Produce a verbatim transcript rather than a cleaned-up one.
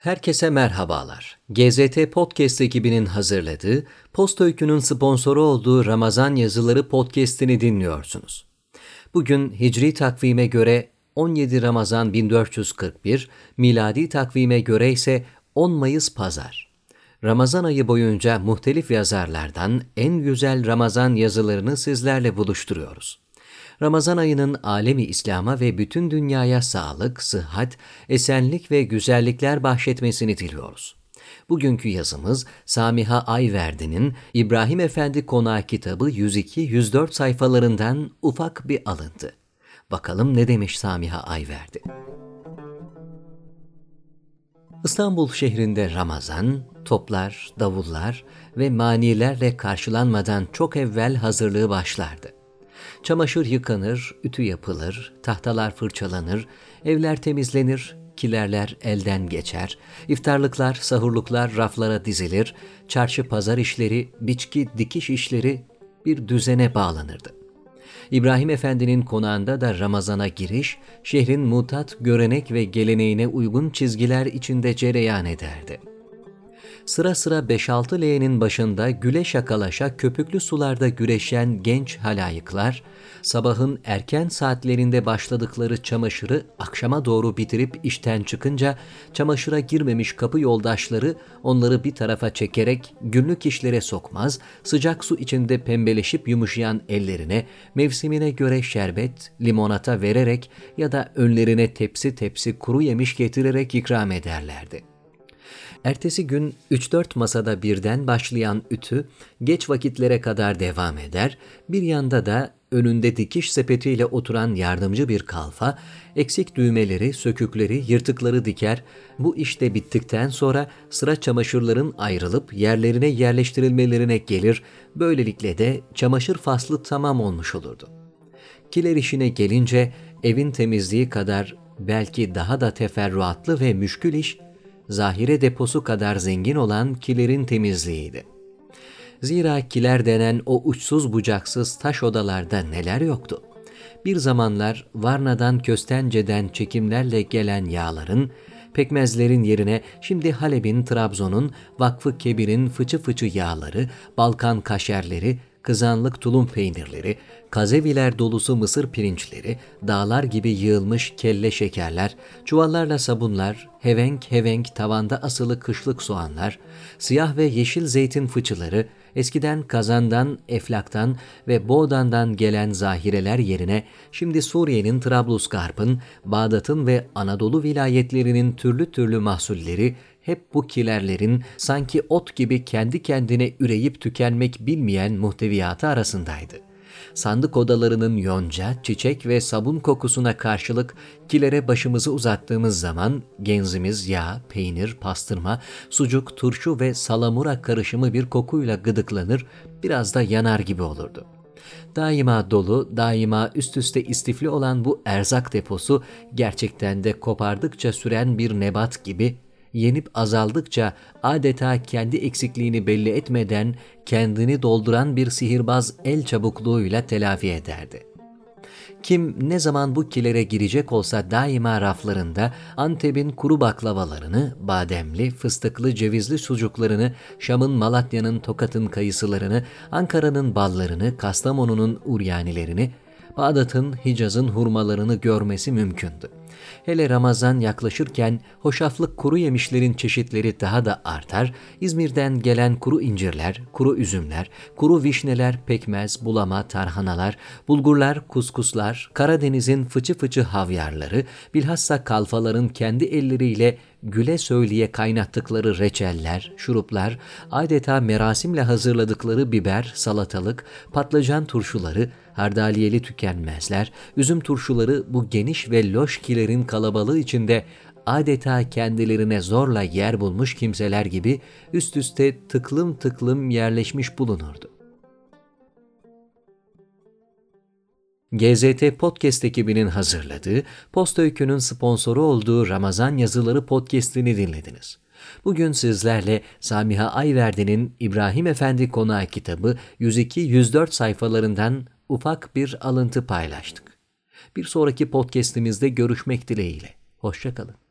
Herkese merhabalar. G Z T Podcast ekibinin hazırladığı, Post Öykü'nün sponsoru olduğu Ramazan Yazıları Podcast'ini dinliyorsunuz. Bugün Hicri takvime göre on yedi Ramazan bin dört yüz kırk bir, miladi takvime göre ise on Mayıs Pazar. Ramazan ayı boyunca muhtelif yazarlardan en güzel Ramazan yazılarını sizlerle buluşturuyoruz. Ramazan ayının alemi İslam'a ve bütün dünyaya sağlık, sıhhat, esenlik ve güzellikler bahşetmesini diliyoruz. Bugünkü yazımız Samiha Ayverdi'nin İbrahim Efendi Konağı kitabı yüz iki yüz dört sayfalarından ufak bir alıntı. Bakalım ne demiş Samiha Ayverdi? İstanbul şehrinde Ramazan, toplar, davullar ve manilerle karşılanmadan çok evvel hazırlığı başlardı. Çamaşır yıkanır, ütü yapılır, tahtalar fırçalanır, evler temizlenir, kilerler elden geçer, iftarlıklar, sahurluklar raflara dizilir, çarşı pazar işleri, biçki dikiş işleri bir düzene bağlanırdı. İbrahim Efendi'nin konağında da Ramazan'a giriş, şehrin mutat görenek ve geleneğine uygun çizgiler içinde cereyan ederdi. Sıra sıra beş altı leğenin başında güle şakalaşa köpüklü sularda güreşen genç halayıklar, sabahın erken saatlerinde başladıkları çamaşırı akşama doğru bitirip işten çıkınca çamaşıra girmemiş kapı yoldaşları onları bir tarafa çekerek günlük işlere sokmaz, sıcak su içinde pembeleşip yumuşayan ellerine mevsimine göre şerbet, limonata vererek ya da önlerine tepsi tepsi kuru yemiş getirerek ikram ederlerdi. Ertesi gün üç dört masada birden başlayan ütü geç vakitlere kadar devam eder, bir yanda da önünde dikiş sepetiyle oturan yardımcı bir kalfa, eksik düğmeleri, sökükleri, yırtıkları diker, bu işte bittikten sonra sıra çamaşırların ayrılıp yerlerine yerleştirilmelerine gelir, böylelikle de çamaşır faslı tamam olmuş olurdu. Kiler işine gelince evin temizliği kadar belki daha da teferruatlı ve müşkül iş, zahire deposu kadar zengin olan kilerin temizliğiydi. Zira kiler denen o uçsuz bucaksız taş odalarda neler yoktu? Bir zamanlar Varna'dan Köstence'den çekimlerle gelen yağların, pekmezlerin yerine şimdi Halep'in, Trabzon'un, Vakfı Kebir'in fıçı fıçı yağları, Balkan kaşerleri, kızanlık tulum peynirleri, kazeviler dolusu mısır pirinçleri, dağlar gibi yığılmış kelle şekerler, çuvallarla sabunlar, hevenk hevenk tavanda asılı kışlık soğanlar, siyah ve yeşil zeytin fıçıları, eskiden Kazan'dan, Eflak'tan ve Boğdan'dan gelen zahireler yerine şimdi Suriye'nin Trablusgarp'ın, Bağdat'ın ve Anadolu vilayetlerinin türlü türlü mahsulleri, hep bu kilerlerin sanki ot gibi kendi kendine üreyip tükenmek bilmeyen muhteviyatı arasındaydı. Sandık odalarının yonca, çiçek ve sabun kokusuna karşılık kilere başımızı uzattığımız zaman genzimiz yağ, peynir, pastırma, sucuk, turşu ve salamura karışımı bir kokuyla gıdıklanır, biraz da yanar gibi olurdu. Daima dolu, daima üst üste istifli olan bu erzak deposu gerçekten de kopardıkça süren bir nebat gibi, yenip azaldıkça adeta kendi eksikliğini belli etmeden kendini dolduran bir sihirbaz el çabukluğuyla telafi ederdi. Kim ne zaman bu kilere girecek olsa daima raflarında Antep'in kuru baklavalarını, bademli, fıstıklı, cevizli sucuklarını, Şam'ın, Malatya'nın, Tokat'ın kayısılarını, Ankara'nın ballarını, Kastamonu'nun uryanilerini, Bağdat'ın, Hicaz'ın hurmalarını görmesi mümkündü. Hele Ramazan yaklaşırken hoşaflık kuru yemişlerin çeşitleri daha da artar, İzmir'den gelen kuru incirler, kuru üzümler, kuru vişneler, pekmez, bulama, tarhanalar, bulgurlar, kuskuslar, Karadeniz'in fıçı fıçı havyarları, bilhassa kalfaların kendi elleriyle güle söyleye kaynattıkları reçeller, şuruplar, adeta merasimle hazırladıkları biber, salatalık, patlıcan turşuları, hardaliyeli tükenmezler, üzüm turşuları bu geniş ve loş kilerin kalabalığı içinde adeta kendilerine zorla yer bulmuş kimseler gibi üst üste tıklım tıklım yerleşmiş bulunurdu. G Z T Podcast ekibinin hazırladığı, Post Öykü'nün sponsoru olduğu Ramazan Yazıları Podcast'ini dinlediniz. Bugün sizlerle Samiha Ayverdi'nin İbrahim Efendi Konağı kitabı yüz iki yüz dört sayfalarından ufak bir alıntı paylaştık. Bir sonraki podcast'imizde görüşmek dileğiyle. Hoşça kalın.